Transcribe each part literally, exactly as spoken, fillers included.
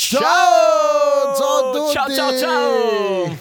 Ciao! Ciao a tutti! Ciao ciao ciao!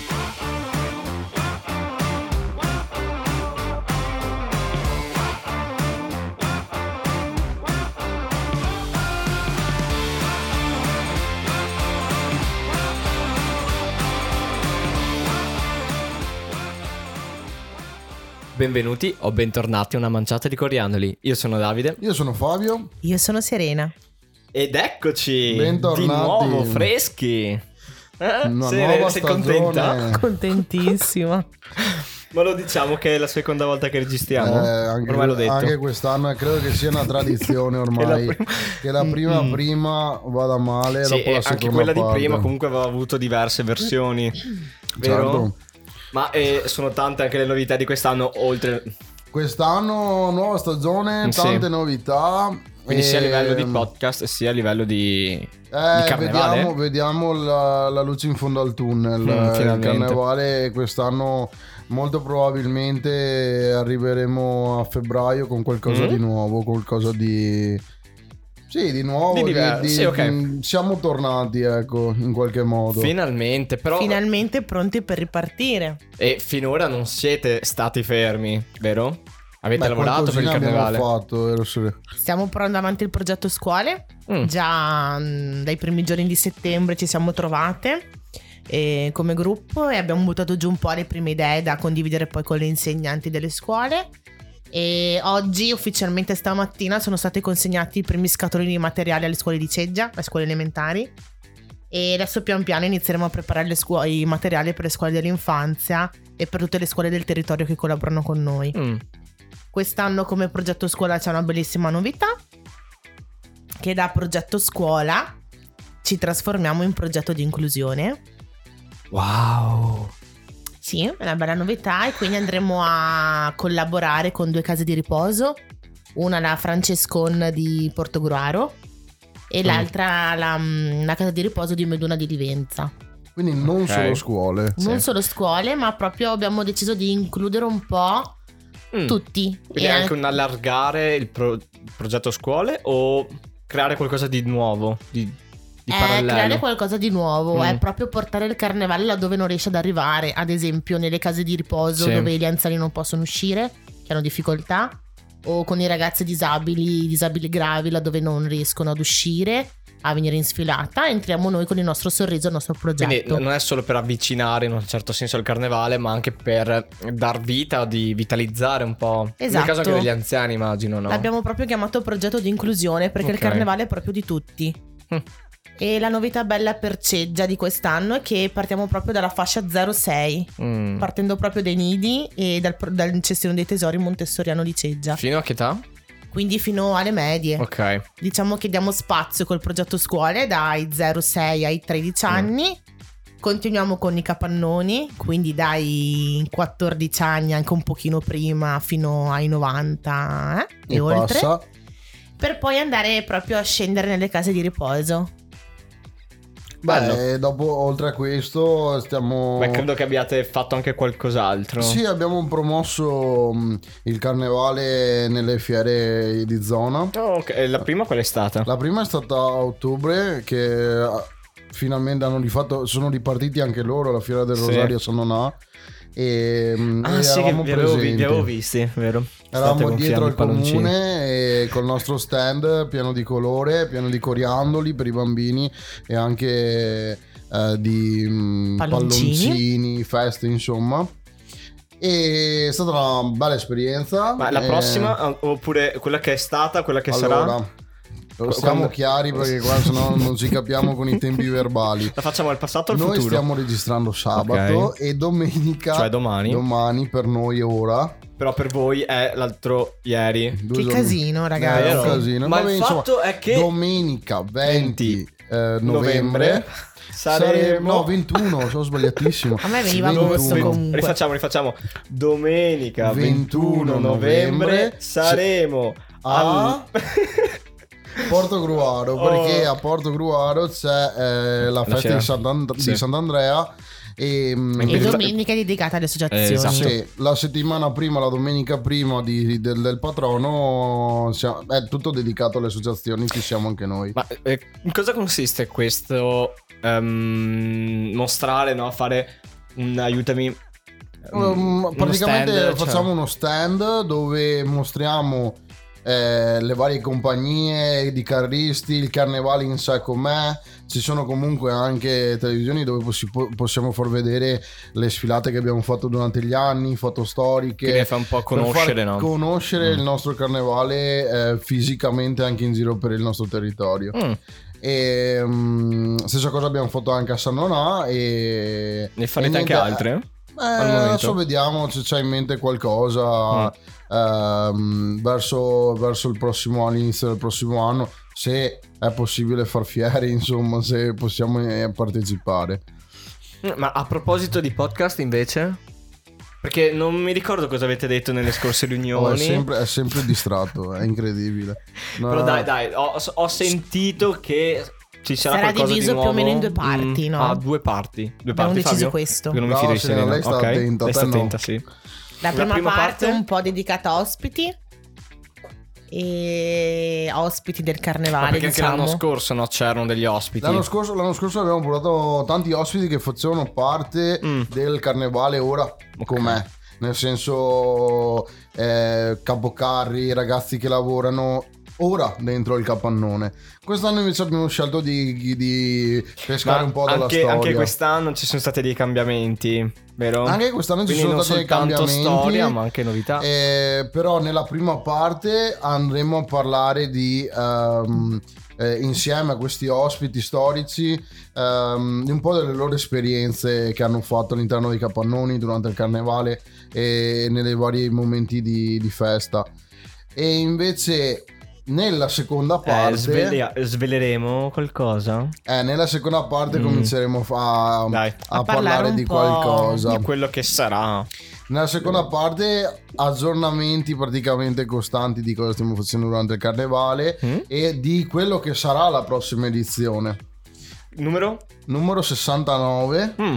Benvenuti o bentornati a una manciata di coriandoli. Io sono Davide. Io sono Fabio. Io sono Serena. Ed eccoci! Bentornati. Di nuovo, freschi! Eh? Una sei, nuova sei stagione. contenta? Contentissima. Ma lo diciamo che è la seconda volta che registriamo? Eh, anche, Ormai l'ho detto. anche quest'anno e credo che sia una tradizione ormai. Che la prima- che la prima Mm. prima vada male, Sì, dopo e la anche seconda quella parte. di prima comunque aveva avuto diverse versioni, vero? Certo. Ma eh, sono tante anche le novità di quest'anno, oltre... Quest'anno nuova stagione, Sì. tante novità. Quindi sia a e- livello di podcast sia a livello di, di Eh, carnevale. vediamo, vediamo la, la luce in fondo al tunnel. Mm, Il finalmente. carnevale quest'anno molto probabilmente arriveremo a febbraio con qualcosa Mm. di nuovo, qualcosa di... Sì, di nuovo. Di diverso, sì, ok. di- siamo tornati, ecco, in qualche modo. Finalmente, però... Finalmente pronti per ripartire. E finora non siete stati fermi, vero? Avete Beh, lavorato per il qualcosina carnevale? abbiamo fatto, vero Sere? Stiamo portando avanti il progetto scuole. Mm. Già mh, dai primi giorni di settembre ci siamo trovate eh, come gruppo e abbiamo buttato giù un po' le prime idee da condividere poi con le insegnanti delle scuole. E oggi ufficialmente stamattina sono stati consegnati i primi scatolini di materiali alle scuole di Ceggia, alle scuole elementari. E adesso pian piano inizieremo a preparare le scuole, i materiali per le scuole dell'infanzia e per tutte le scuole del territorio che collaborano con noi. Mm. Quest'anno come progetto scuola c'è una bellissima novità, che da progetto scuola ci trasformiamo in progetto di inclusione. Wow! Sì, è una bella novità e quindi andremo a collaborare con due case di riposo, una la Francescon di Portogruaro e Mm. l'altra la, la casa di riposo di Meduna di Livenza. Quindi non Ok. solo scuole. Non Sì. solo scuole, ma proprio abbiamo deciso di includere un po' Mm. tutti. Quindi E anche un allargare il, pro- il progetto scuole o creare qualcosa di nuovo, di, di È parallelo? creare qualcosa di nuovo, Mm. è proprio portare il carnevale laddove non riesce ad arrivare, ad esempio nelle case di riposo Sì. dove gli anziani non possono uscire, che hanno difficoltà, o con i ragazzi disabili, disabili gravi laddove non riescono ad uscire, a venire in sfilata, entriamo noi con il nostro sorriso al nostro Quindi progetto. non è solo per avvicinare in un certo senso al carnevale, ma anche per dar vita, di vitalizzare un po'. Nel Esatto. caso anche degli anziani, immagino, no? L'abbiamo proprio chiamato progetto di inclusione perché Ok. il carnevale è proprio di tutti. Mm. E la novità bella per Ceggia di quest'anno è che partiamo proprio dalla fascia zero sei. Mm. Partendo proprio dai nidi e dal, dal cestino dei tesori montessoriano di Ceggia, Fino a che età? quindi fino alle medie. Ok. Diciamo che diamo spazio col progetto scuole dai zero sei ai tredici anni. Continuiamo con i capannoni, quindi dai quattordici anni, anche un pochino prima, fino ai novanta eh? e, E oltre, passa. per poi andare proprio a scendere nelle case di riposo. Bello. Beh, dopo, oltre a questo, stiamo... Beh, credo che abbiate fatto anche qualcos'altro. Sì, abbiamo promosso mh, il carnevale nelle fiere di zona. Oh, ok. E la prima qual è stata? La prima è stata a ottobre, che eh, finalmente hanno rifatto, sono ripartiti anche loro, la fiera del Sì. Rosario a San Nonà. E, mh, Ah e sì, che eravamo vi avevo, vi, presenti. vi avevo visti, vero? State Eravamo gonfiando dietro i al palloncini. comune e col nostro stand pieno di colore, pieno di coriandoli per i bambini e anche eh, di mh, Palloncini. palloncini, feste, insomma. E è stata una bella esperienza. Ma la E- prossima, oppure quella che è stata, quella che sarà? allora, siamo Quando- chiari perché qua sennò non ci capiamo con i tempi verbali. La facciamo al passato o al Noi futuro? stiamo registrando sabato Ok. e domenica, Cioè domani. domani per noi è ora. Però per voi è l'altro ieri. Due Che giorni- casino, Eh, ragazzi. è un casino. Ma Vabbè, il insomma, fatto è che domenica venti eh, novembre saremo... no ventuno, sono sbagliatissimo. A me veniva ventuno. agosto comunque. Rifacciamo, rifacciamo. Domenica ventuno ventuno novembre novembre saremo a al... Porto Gruaro, Oh. perché a Porto Gruaro c'è eh, la festa fiera. di, Sant'And- Sì. di Sant'Andrea E, e domenica è dedicata alle associazioni. Eh, esatto. Sì, la settimana prima, la domenica prima di, del, del patrono siamo, è tutto dedicato alle associazioni, ci siamo anche noi. Ma eh, in cosa consiste questo um, mostrare, no? Fare un aiutami um, uno praticamente stand, facciamo cioè. uno stand dove mostriamo eh, le varie compagnie di carristi, il carnevale in sé com'è. Ci sono comunque anche televisioni dove possi- possiamo far vedere le sfilate che abbiamo fatto durante gli anni, foto storiche. Quindi fa un po' conoscere, per far no? conoscere Mm. il nostro carnevale eh, fisicamente anche in giro per il nostro territorio. Mm. E um, stessa cosa abbiamo fatto anche a San Nonà e Ne farete e anche niente, altre? eh, al momento? adesso vediamo se c'è in mente qualcosa Mm. ehm, verso, verso il prossimo anno, inizio del prossimo anno, se è possibile far fiere, insomma, se possiamo eh, partecipare. Ma a proposito di podcast invece, perché non mi ricordo cosa avete detto nelle scorse Oh, riunioni. è, sempre, è sempre distratto, è incredibile. No, Però dai, dai, ho, ho sentito che ci sarà Sarà qualcosa diviso di più o meno nuovo. in due parti, Mm. no? Ah, due parti. Due Abbiamo parti, deciso Fabio? questo. Perché non mi Brava, fido di Serena, Serena. lei sta Ok, attenta, lei sta te no. attenta, sì. La La prima, prima parte parte? un po' dedicata a ospiti e ospiti del Ma carnevale, perché anche diciamo. l'anno scorso, no, c'erano degli ospiti. L'anno scorso, l'anno scorso abbiamo portato tanti ospiti che facevano parte Mm. del carnevale ora com'è. Nel senso eh, capocarri, ragazzi che lavorano ora dentro il capannone. Quest'anno invece abbiamo scelto di, di pescare Ma un po' dalla anche, storia. anche quest'anno ci sono stati dei cambiamenti, vero? Anche quest'anno ci Quindi sono non stati dei soltanto cambiamenti, storia, ma anche novità. eh, però nella prima parte andremo a parlare di ehm, eh, insieme a questi ospiti storici ehm, di un po' delle loro esperienze che hanno fatto all'interno dei capannoni durante il carnevale e nei vari momenti di, di festa. E invece nella seconda Eh, parte sveglia- sveleremo qualcosa? eh, nella seconda parte Mm. cominceremo a, Dai. a A parlare parlare un di po' qualcosa. Di quello che sarà. Nella seconda parte aggiornamenti praticamente costanti di cosa stiamo facendo durante il carnevale Mm? e di quello che sarà la prossima edizione Numero? numero sessantanove Mm.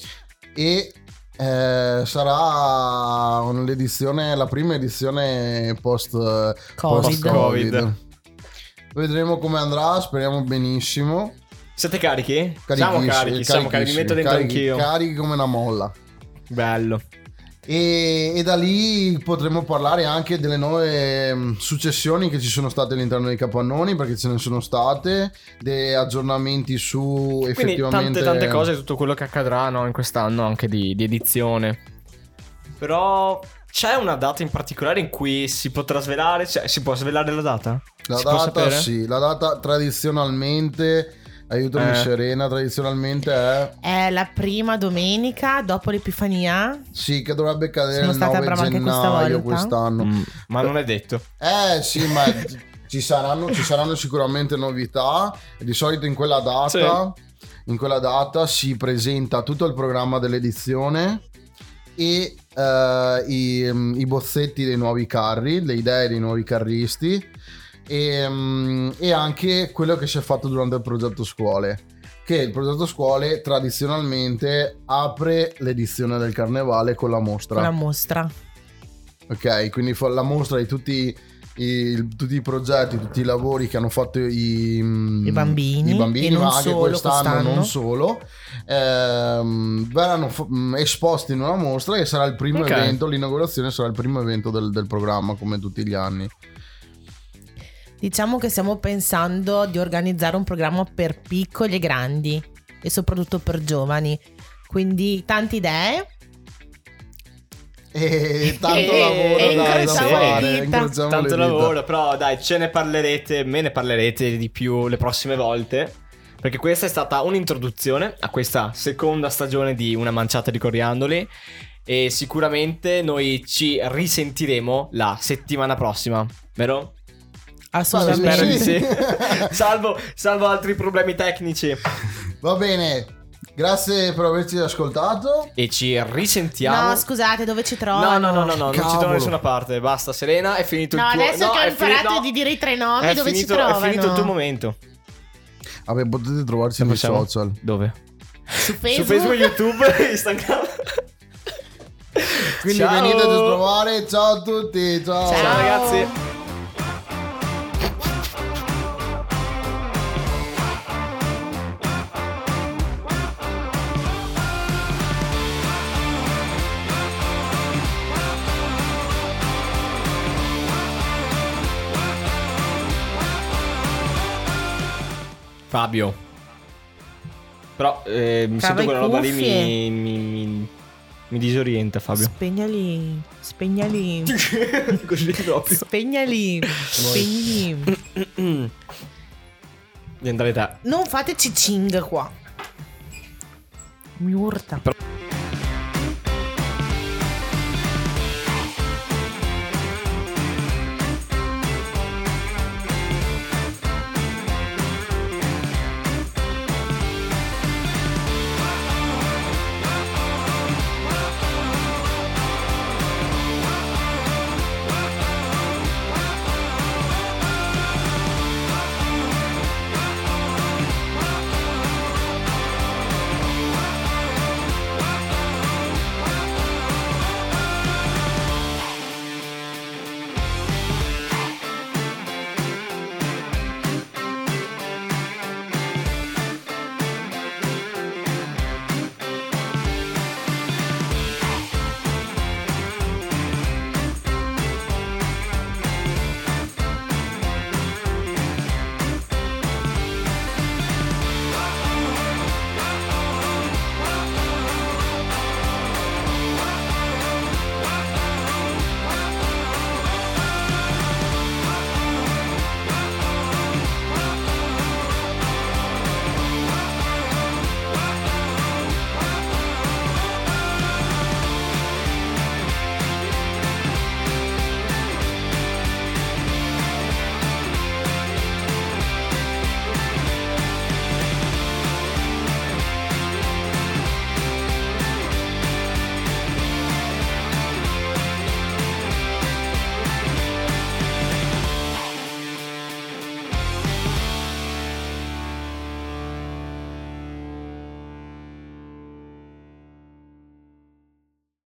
e eh, sarà l'edizione, la prima edizione post Covid. post-Covid. Vedremo come andrà, speriamo benissimo. Siete carichi? Siamo Carichissimi, carichi, siamo carichi, mi metto dentro carichi, anch'io. carichi come una molla. Bello. E, e da lì potremo parlare anche delle nuove mh, successioni che ci sono state all'interno dei capannoni, perché ce ne sono state, dei aggiornamenti su Quindi effettivamente tante tante cose, tutto quello che accadrà, no, in quest'anno anche di, di edizione. Però c'è una data in particolare in cui si potrà svelare? Cioè, si può svelare la data? La si può data sapere? sì, la data tradizionalmente, aiutami Eh. Serena, tradizionalmente è È la prima domenica dopo l'Epifania. sì, che dovrebbe cadere Sono il stata nove brava anche questa gennaio volta. quest'anno. Mm, ma non è detto. Eh sì, ma ci saranno, ci saranno sicuramente novità. Di solito in quella data, in quella data si presenta tutto il programma dell'edizione e eh, i, i bozzetti dei nuovi carri, le idee dei nuovi carristi e, mm, e anche quello che si è fatto durante il progetto scuole. Che il progetto scuole tradizionalmente apre l'edizione del carnevale con la mostra. Con la mostra. Ok, quindi fa la mostra di tutti i, tutti i progetti, tutti i lavori che hanno fatto i, I bambini, i bambini e non ma anche solo quest'anno, quest'anno. non solo, ehm, verranno f- mh, esposti in una mostra che sarà il primo Ok. evento, l'inaugurazione sarà il primo evento del, del programma come tutti gli anni. Diciamo che stiamo pensando di organizzare un programma per piccoli e grandi e soprattutto per giovani. Quindi tante idee. E tanto E- lavoro e dai, da incrociamo le fare, dita. incrociamo Tanto le dita. lavoro, però dai, ce ne parlerete, me ne parlerete di più le prossime volte. Perché questa è stata un'introduzione a questa seconda stagione di Una manciata di coriandoli. E sicuramente noi ci risentiremo la settimana prossima, vero? Assolutamente. Spero di Sì. sì. salvo, salvo altri problemi tecnici. Va bene, grazie per averci ascoltato. E ci risentiamo. No, scusate, dove ci No, trovano? no, no, no, no, non ci Cavolo. trovo da nessuna parte. Basta, Serena, è finito No, il tuo adesso che ho è imparato fini- no. di dire i tre nomi, È dove finito, ci trovano? È finito il tuo momento. Vabbè, potete trovarci nei Possiamo? social. Dove? Su Facebook, Su Facebook, YouTube, Instagram. Quindi Ciao. venite a trovare. Ciao a tutti. Ciao, Ciao. Ciao ragazzi. Fabio. Però eh, mi Cava sento i quella roba lì cuffie. mi, mi, mi, mi disorienta, Fabio. Spegnali, spegnali, Così proprio. spegnali, spegni. Di andare te. Non fate cicing qua. Mi urta.